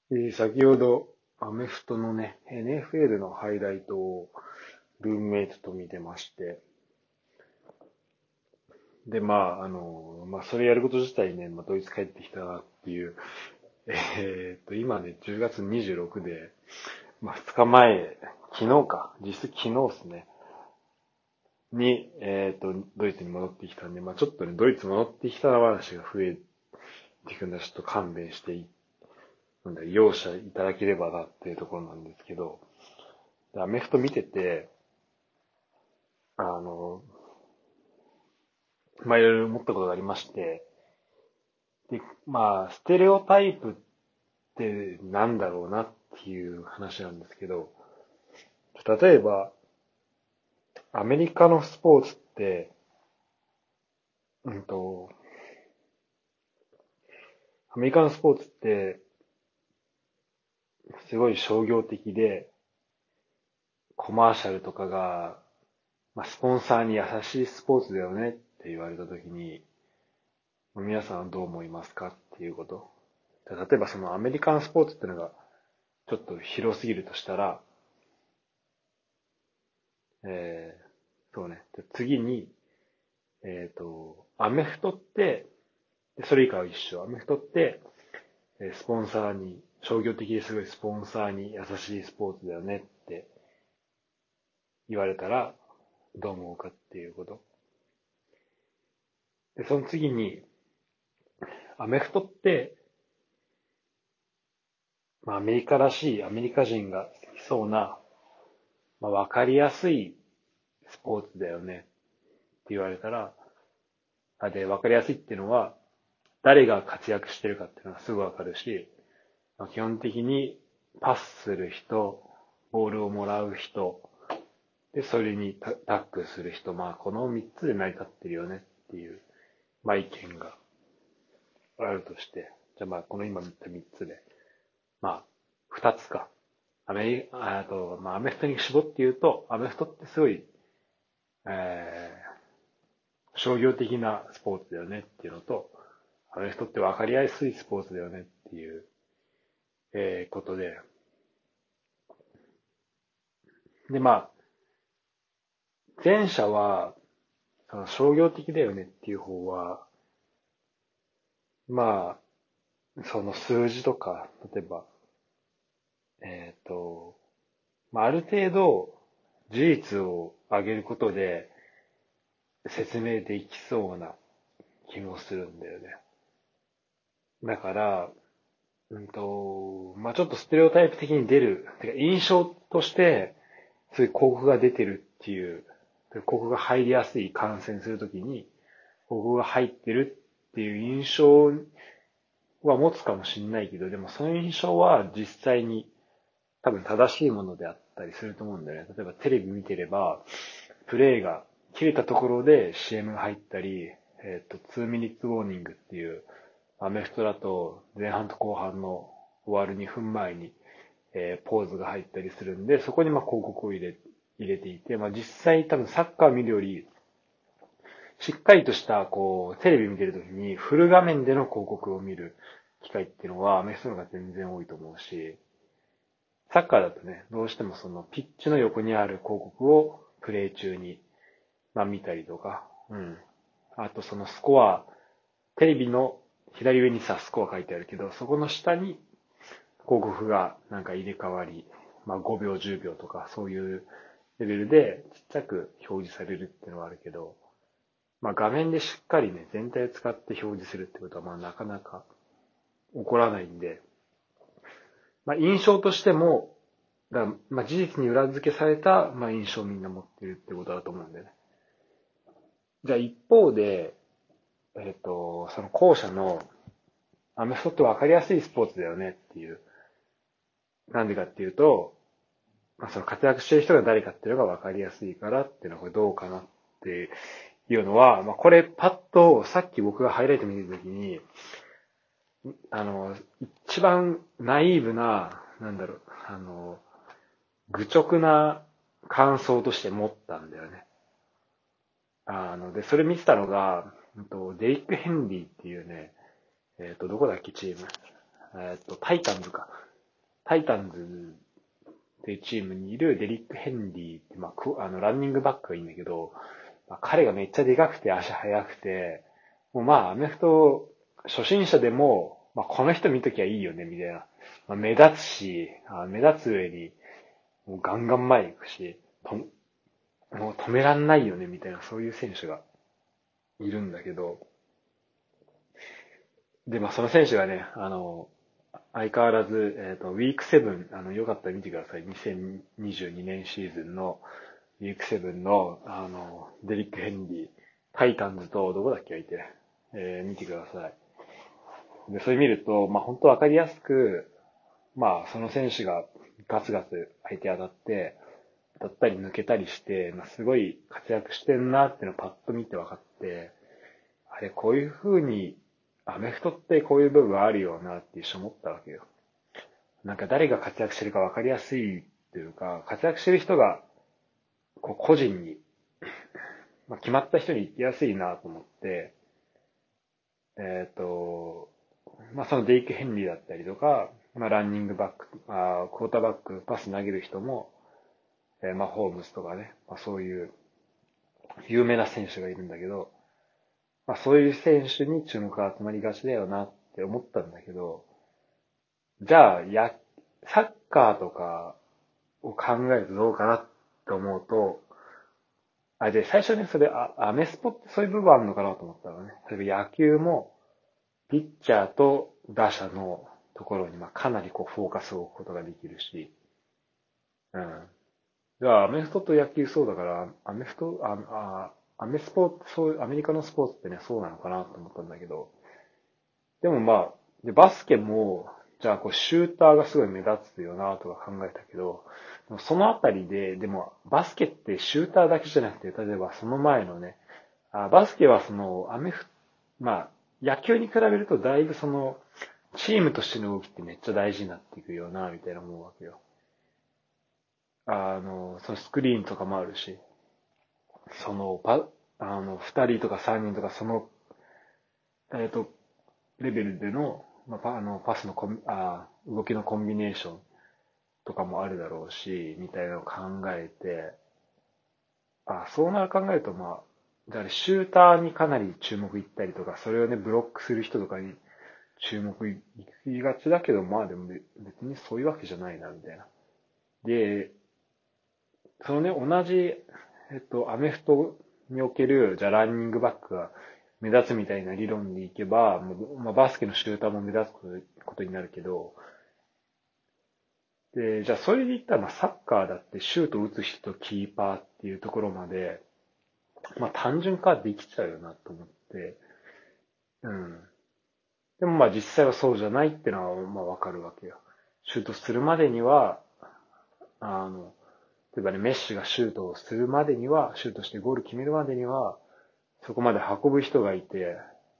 先ほど、アメフトのね、NFL のハイライトをルームメイトと見てまして、で、それやること自体ね、ドイツ帰ってきたなっていう、今ね、10月26で、2日前、昨日か、実質昨日ですね、に、ドイツに戻ってきたんで、ちょっとね、ドイツ戻ってきた話が増えていくんで、ちょっと勘弁して容赦いただければなっていうところなんですけど、アメフト見てて、あの、いろいろ思ったことがありまして、で、ステレオタイプってなんだろうなっていう話なんですけど、例えば、アメリカのスポーツって、うんと、アメリカのスポーツって、すごい商業的で、コマーシャルとかが、スポンサーに優しいスポーツだよねって言われたときに、皆さんはどう思いますかっていうこと。例えばそのアメリカンスポーツっていうのがちょっと広すぎるとしたら、そうね。次に、アメフトって、それ以下は一緒。アメフトって、スポンサーに、商業的ですごいスポンサーに優しいスポーツだよねって言われたら、どう思うかっていうこと。で、その次に、アメフトって、アメリカらしい、アメリカ人が好きそうな、わかりやすいスポーツだよねって言われたら、わかりやすいっていうのは、誰が活躍してるかっていうのはすぐわかるし、基本的にパスする人、ボールをもらう人、で、それにタックルする人、この三つで成り立ってるよねっていう、意見があるとして、じゃあこの今言った三つで、二つか。アメフトに絞って言うと、アメフトってすごい、商業的なスポーツだよねっていうのと、アメフトって分かりやすいスポーツだよねっていう、ことで、で、前者は、その商業的だよねっていう方は、まその数字とか、例えば、えっと、ある程度事実を上げることで説明できそうな気もするんだよね。だから、ちょっとステレオタイプ的に出る、てか印象として、そういう広告が出てるっていう、広告が入りやすい観戦するときに、広告が入ってるっていう印象は持つかもしれないけど、でもその印象は実際に多分正しいものであったりすると思うんだよね。例えばテレビ見てれば、プレイが切れたところで CM が入ったり、2ミニッツウォーニングっていう、アメフトだと前半と後半の終わる2分前に、ポーズが入ったりするんで、そこに広告を入れていて、実際多分サッカー見るより、しっかりとした、テレビ見てるときにフル画面での広告を見る機会っていうのはアメフトの方が全然多いと思うし、サッカーだとね、どうしてもそのピッチの横にある広告をプレイ中に、見たりとか、うん。あとそのスコア、テレビの左上にスコア書いてあるけど、そこの下に広告が入れ替わり、5秒、10秒とかそういうレベルでちっちゃく表示されるっていうのはあるけど、画面でしっかりね、全体を使って表示するってことはなかなか起こらないんで、印象としても、事実に裏付けされた、印象をみんな持ってるってことだと思うんだよね。じゃあ一方で、その後者の、アメフトって分かりやすいスポーツだよねっていう。なんでかっていうと、その活躍してる人が誰かっていうのが分かりやすいからっていうのはこれどうかなっていうのは、これパッとさっき僕がハイライト見てた時に、一番ナイーブな、愚直な感想として持ったんだよね。で、それ見てたのが、デイック・ヘンリーっていうね、どこだっけチームタイタンズか。 タイタンズっていうチームにいるデリック・ヘンリーって、ランニングバックがいいんだけど、彼がめっちゃでかくて足速くて、もうアメフト初心者でも、この人見ときゃいいよね、みたいな。目立つし、目立つ上に、もうガンガン前行くし、もう止めらんないよね、みたいな、そういう選手がいるんだけど、で、その選手がね、相変わらず、ウィーク7、よかったら見てください。2022年シーズンのウィーク7の、デリック・ヘンリー、タイタンズと、どこだっけ相手、見てください。で、それ見ると、本当わかりやすく、その選手がガツガツ相手当たったり抜けたりして、すごい活躍してんなっていうのをパッと見て分かって、あれ、こういう風に、アメフトってこういう部分あるよなって一瞬思ったわけよ。なんか誰が活躍してるか分かりやすいっていうか、活躍してる人が、個人に、決まった人に行きやすいなと思って、そのデイク・ヘンリーだったりとか、ランニングバック、クォーターバック、パス投げる人も、ホームズとかね、そういう有名な選手がいるんだけど、そういう選手に注目が集まりがちだよなって思ったんだけど、じゃあ、サッカーとかを考えるとどうかなって思うと、で、最初ね、アメスポってそういう部分あるのかなと思ったのね。例えば野球も、ピッチャーと打者のところに、かなりフォーカスを置くことができるし、うん。じゃあ、アメフトと野球そうだから、アメフト、アメスポ、そう、アメリカのスポーツってね、そうなのかなと思ったんだけど、でもで、バスケも、じゃあシューターがすごい目立つよなとか考えたけど、そのあたりで、でもバスケってシューターだけじゃなくて、例えばその前のね、バスケは野球に比べるとだいぶチームとしての動きってめっちゃ大事になっていくよな、みたいな思うわけよ。そのスクリーンとかもあるし、その、二人とか三人とかえっと、レベルでの、パスの動きのコンビネーションとかもあるだろうし、みたいなのを考えて、そうなる考えると、じゃあシューターにかなり注目いったりとか、それをね、ブロックする人とかに注目いきがちだけど、でも別にそういうわけじゃないな、みたいな。で、そのね、同じ、アメフトにおける、じゃあランニングバックが目立つみたいな理論でいけば、バスケのシューターも目立つことになるけど、で、じゃあそれで言ったら、サッカーだってシュート打つ人とキーパーっていうところまで、単純化できちゃうよなと思って、うん。でも実際はそうじゃないってのはわかるわけよ。シュートするまでには、例えばね、メッシがシュートをするまでには、シュートしてゴール決めるまでには、そこまで運ぶ人がいて、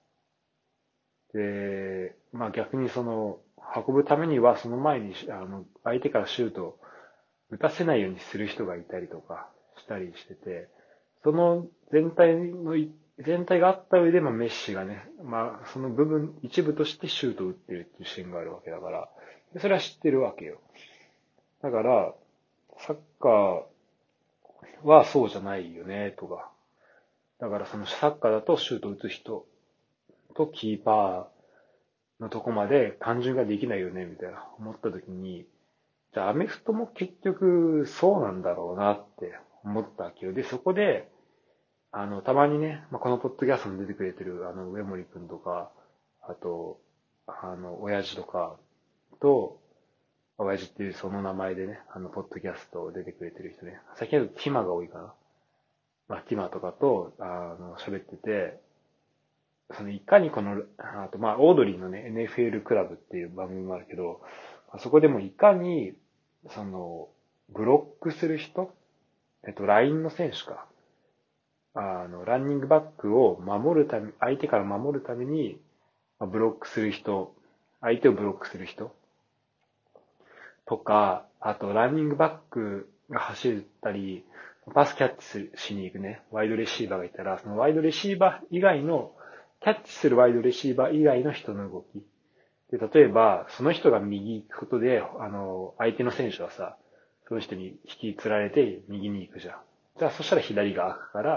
で、逆に運ぶためには、その前に、相手からシュートを打たせないようにする人がいたりとかしたりしてて、その全体があった上で、メッシがね、その一部としてシュートを打ってるっていうシーンがあるわけだから、それは知ってるわけよ。だから、サッカーはそうじゃないよね、とか。だからそのサッカーだとシュート打つ人とキーパーのとこまで単純ができないよね、みたいな思った時に、じゃあアメフトも結局そうなんだろうなって思ったわけよ。で、そこで、たまにね、このポッドキャストに出てくれてる、上森くんとか、あと、親父とかと、親父っていうその名前でね、ポッドキャスト出てくれてる人ね。最近だとティマが多いかな。ティマとかと、喋ってて、いかにあと、オードリーのね、NFL クラブっていう番組もあるけど、そこでもいかに、ブロックする人、ラインの選手か。ランニングバックを相手から守るために、ブロックする人、相手をブロックする人とか、あと、ランニングバックが走ったり、パスキャッチしに行くね、ワイドレシーバーがいたら、そのワイドレシーバー以外の、キャッチするワイドレシーバー以外の人の動き。 で、例えば、その人が右行くことで、相手の選手はさ、その人に引きつられて右に行くじゃん。じゃあ、そしたら左が開くから、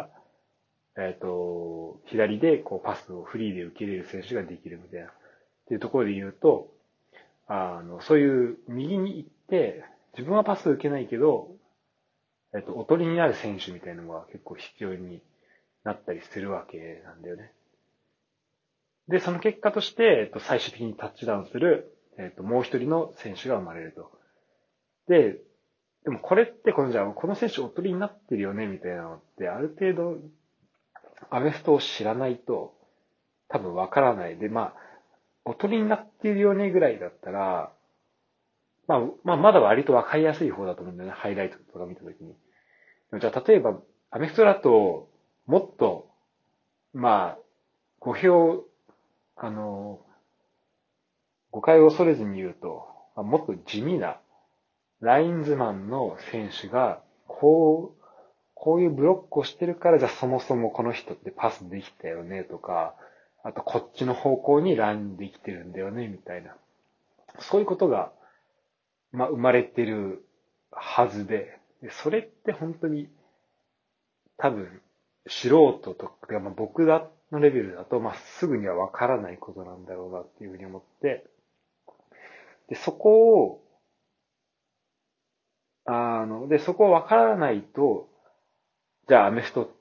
左でこうパスをフリーで受け入れる選手ができるみたいな。っていうところで言うと、そういう右に行って、自分はパス受けないけど、おとりになる選手みたいなのが結構必要になったりするわけなんだよね。で、その結果として、最終的にタッチダウンする、もう一人の選手が生まれると。で、でもこれってじゃあ、この選手おとりになってるよね、みたいなのって、ある程度、アメフトを知らないと、多分わからない。で、まあ、おとりになってるよね、ぐらいだったら、まだ割とわかりやすい方だと思うんだよね、ハイライトとか見たときに。でもじゃあ、例えば、アメフトだと、もっと、まあ、語弊を、あの、誤解を恐れずに言うと、もっと地味なラインズマンの選手が、こういうブロックをしてるから、じゃあそもそもこの人ってパスできたよねとか、あとこっちの方向にランできてるんだよねみたいな。そういうことが、生まれてるはずで、それって本当に多分素人とか、僕のレベルだと、すぐにはわからないことなんだろうなっていうふうに思って、で、そこをわからないと、じゃあアメフトって、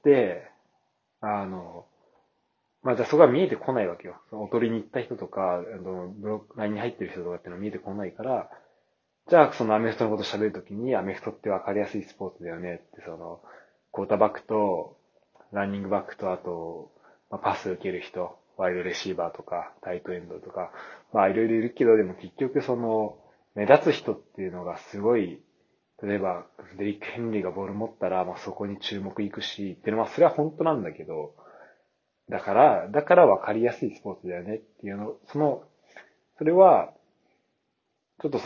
じゃあそこが見えてこないわけよ。その踊りに行った人とか、ブロックラインに入ってる人とかっていうのは見えてこないから、じゃあそのアメフトのこと喋るときに、アメフトってわかりやすいスポーツだよねって、クォーターバックと、ランニングバックと、あと、パス受ける人、ワイドレシーバーとか、タイトエンドとか、いろいろいるけど、でも結局目立つ人っていうのがすごい、例えば、デリック・ヘンリーがボール持ったら、そこに注目いくし、っていうのは、それは本当なんだけど、だから分かりやすいスポーツだよねっていうの、それは、ちょっと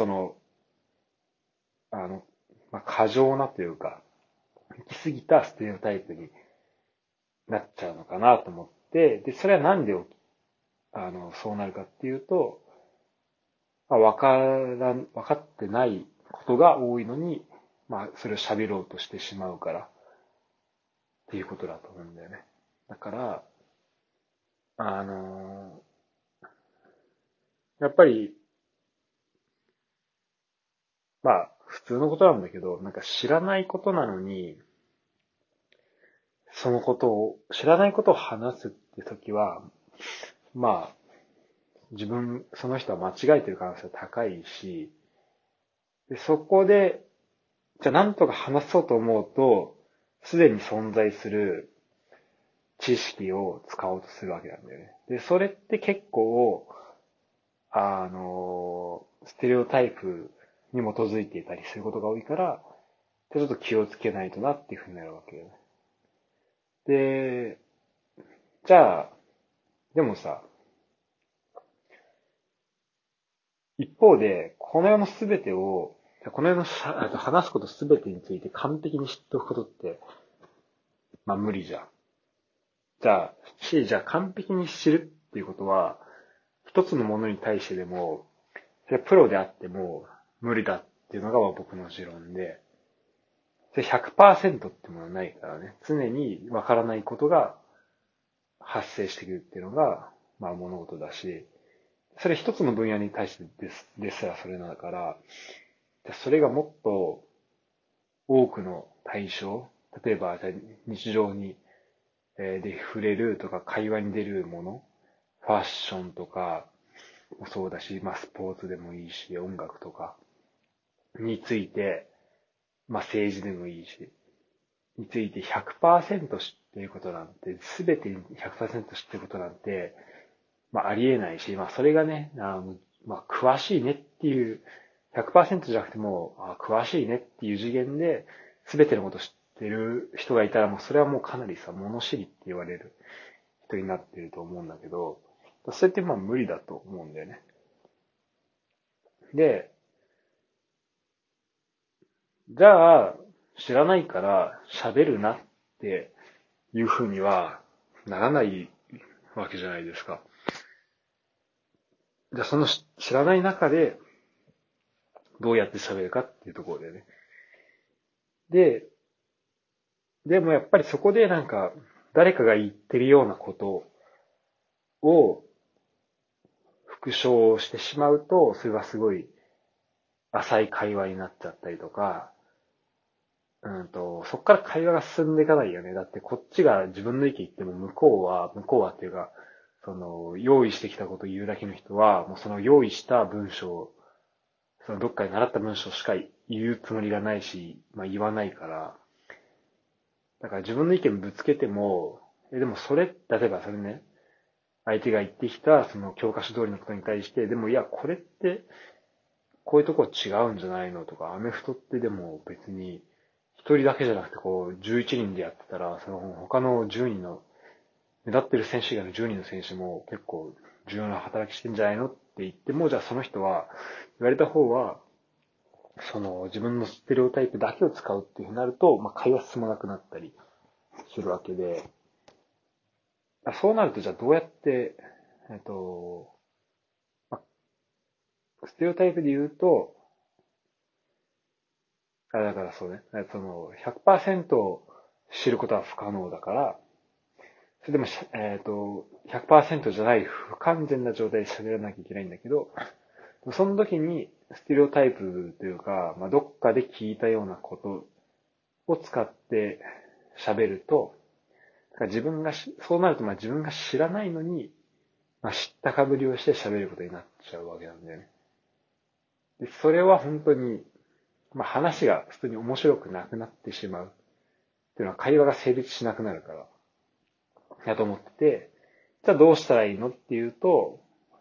あの、過剰なというか、行き過ぎたステレオタイプになっちゃうのかなと思って、で、それはなんでそうなるかっていうと、分かってないことが多いのに、それを喋ろうとしてしまうからっていうことだと思うんだよね。だから、あの、やっぱり、普通のことなんだけど、なんか知らないことなのに、知らないことを話すって時は、まあ、その人は間違えてる可能性は高いし、で、そこで、じゃあ何とか話そうと思うと、すでに存在する知識を使おうとするわけなんだよね。で、それって結構、ステレオタイプに基づいていたりすることが多いから、ちょっと気をつけないとなっていうふうになるわけよね。で、じゃあ、でもさ、一方で、この世の話すことすべてについて完璧に知っておくことって、無理じゃん。じゃあ完璧に知るっていうことは、一つのものに対してでも、それはプロであっても無理だっていうのが僕の持論で、それ100%ってものはないからね、常にわからないことが発生してくるっていうのが、物事だし、それ一つの分野に対してですらそれだから、それがもっと多くの対象、例えば日常にで触れるとか会話に出るもの、ファッションとかもそうだし、スポーツでもいいし、音楽とかについて、政治でもいいし、について100%知っていることなんて、すべて100%知っていることなんて、ありえないし、それがね、詳しいねっていう、100%じゃなくても、詳しいねっていう次元で、すべてのこと知ってる人がいたら、それはもうかなり物知りって言われる人になってると思うんだけど、それって無理だと思うんだよね。で、じゃあ、知らないから喋るなっていうふうにはならないわけじゃないですか。 じゃあその知らない中でどうやって喋るかっていうところでね。で、でもやっぱりそこでなんか誰かが言ってるようなことを復唱してしまうと、それはすごい浅い会話になっちゃったりとか、そこから会話が進んでいかないよね。だってこっちが自分の意見言っても向こうはっていうか、用意してきたことを言うだけの人は、もうその用意した文章、そのどっかで習った文章しか言うつもりがないし、まあ言わないから、だから自分の意見ぶつけても、でもそれ、例えばそれね、相手が言ってきたその教科書通りのことに対して、でもいや、これってこういうとこ違うんじゃないのとか、アメフトってでも別に一人だけじゃなくてこう11人でやってたら、その他の10人の、目立ってる選手以外の10人の選手も結構重要な働きしてんじゃないのって言っても、じゃあその人は、言われた方は、自分のステレオタイプだけを使うっていうふうになると、まあ会話進まなくなったりするわけで、そうなるとじゃあどうやって、まあ、ステレオタイプで言うと、だからそうね、100% 知ることは不可能だから、それでも、100% じゃない不完全な状態で喋らなきゃいけないんだけど、その時にステレオタイプというか、まあ、どっかで聞いたようなことを使って喋ると、自分がそうなるとまあ自分が知らないのに、まあ、知ったかぶりをして喋ることになっちゃうわけなんだよね。で、それは本当に、まあ、話が普通に面白くなくなってしまうっていうのは会話が成立しなくなるから、やと思ってて、じゃあどうしたらいいのっていうと、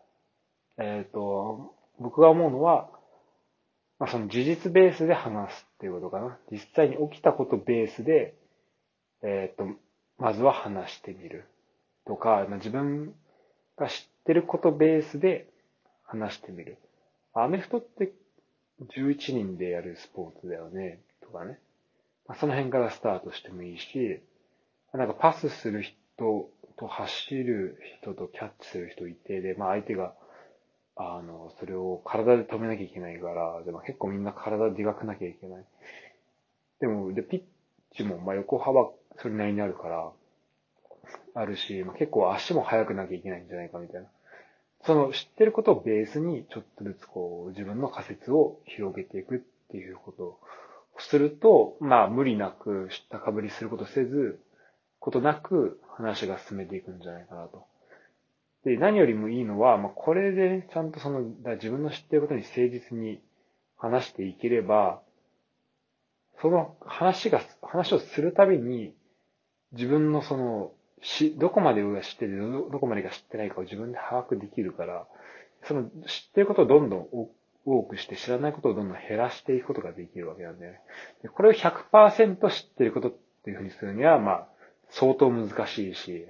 僕が思うのは、まあ、その事実ベースで話すっていうことかな。実際に起きたことベースで、えっと、まずは話してみるとか、まあ、自分が知ってることベースで話してみる。アメフトって11人でやるスポーツだよね、とかね。まあ、その辺からスタートしてもいいし、なんかパスする人と走る人とキャッチする人いて、で、まあ相手が、それを体で止めなきゃいけないから、でも結構みんな体で描かなきゃいけない。でも、で、ピッチも、まあ横幅それなりにあるから、あるし、まあ結構足も速くなきゃいけないんじゃないかみたいな。その知ってることをベースにちょっとずつこう自分の仮説を広げていくっていうことをすると、まあ無理なく知ったかぶりすることせず、ことなく話が進めていくんじゃないかなと。で、何よりもいいのは、まあ、これでね、ちゃんと自分の知っていることに誠実に話していければ、その話をするたびに、自分のどこまでが知ってて、どこまでが知ってないかを自分で把握できるから、その知っていることをどんどん多くして、知らないことをどんどん減らしていくことができるわけなんだよね。でこれを100%知っていることっていうふうにするには、まあ、相当難しいし、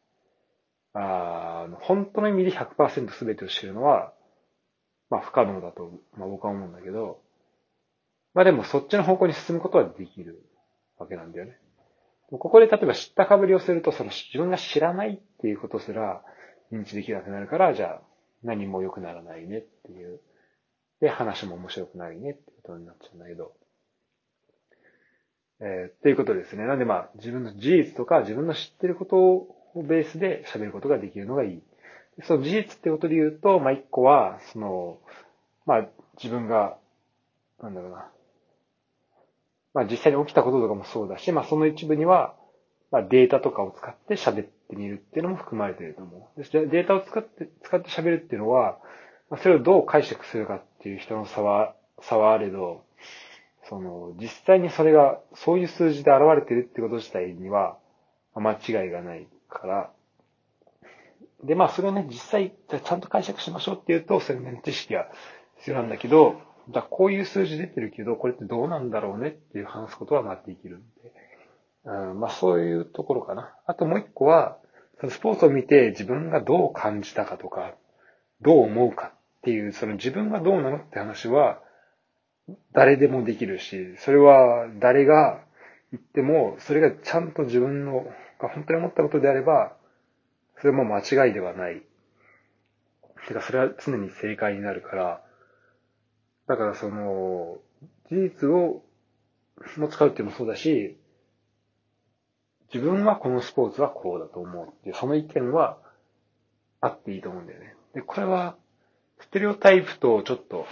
本当の意味で100%全てを知るのは、まあ不可能だと、まあ僕は思うんだけど、まあでもそっちの方向に進むことはできるわけなんだよね。ここで例えば知ったかぶりをすると、その自分が知らないっていうことすら認知できなくなるから、じゃあ何も良くならないねっていう。で、話も面白くないねってことになっちゃうんだけど。っていうことですね。なんでまあ自分の事実とか自分の知ってることをベースで喋ることができるのがいい。その事実ってことで言うと、まあ一個は、まあ自分が、なんだろうな。まあ実際に起きたこととかもそうだし、まあその一部には、まあデータとかを使って喋ってみるっていうのも含まれていると思う。データを使って喋るっていうのは、まあそれをどう解釈するかっていう人の差はあれど、実際にそれが、そういう数字で現れてるってこと自体には、間違いがないから、で、まあ、それをね、実際、じゃあちゃんと解釈しましょうっていうと、それね、知識が必要なんだけど、じゃあこういう数字出てるけど、これってどうなんだろうねっていう話すことはまあできるんで。まあそういうところかな。あともう一個は、そのスポーツを見て自分がどう感じたかとか、どう思うかっていう、その自分がどうなのって話は、誰でもできるし、それは誰が言っても、それがちゃんと自分が本当に思ったことであれば、それも間違いではないてかそれは常に正解になるから、だからその、事実をも使うっていうのもそうだし、自分はこのスポーツはこうだと思うっていう、その意見はあっていいと思うんだよね。で、これは、ステレオタイプとちょっと、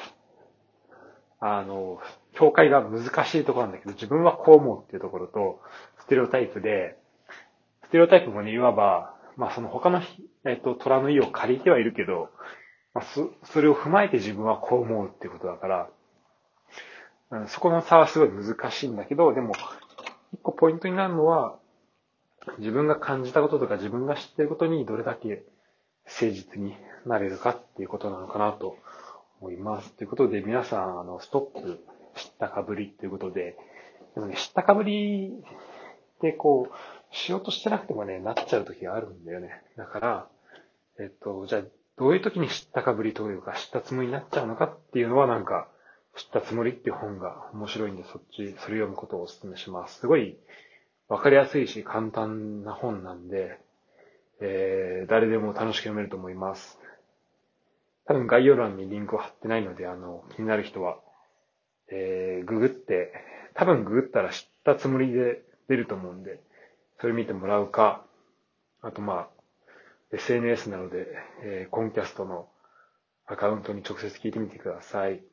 境界が難しいところなんだけど、自分はこう思うっていうところと、ステレオタイプで、ステレオタイプもね、いわば、まあその他の、虎の意を借りてはいるけど、まあ、それを踏まえて自分はこう思うっていうことだから、そこの差はすごい難しいんだけど、でも、一個ポイントになるのは、自分が感じたこととか自分が知っていることにどれだけ誠実になれるかっていうことなのかなと思います。ということで、皆さん、ストップ、知ったかぶりっていうことで、でもね、知ったかぶりってこう、しようとしてなくてもね、なっちゃう時があるんだよね。だから、じゃあ、どういう時に知ったかぶりというか、知ったつもりになっちゃうのかっていうのはなんか、知ったつもりっていう本が面白いんで、それ読むことをお勧めします。すごい、わかりやすいし、簡単な本なんで、誰でも楽しく読めると思います。多分概要欄にリンクを貼ってないので、気になる人は、ググって、多分ググったら知ったつもりで出ると思うんで、それ見てもらうか、あとまあ、SNS なので、コンキャストのアカウントに直接聞いてみてください。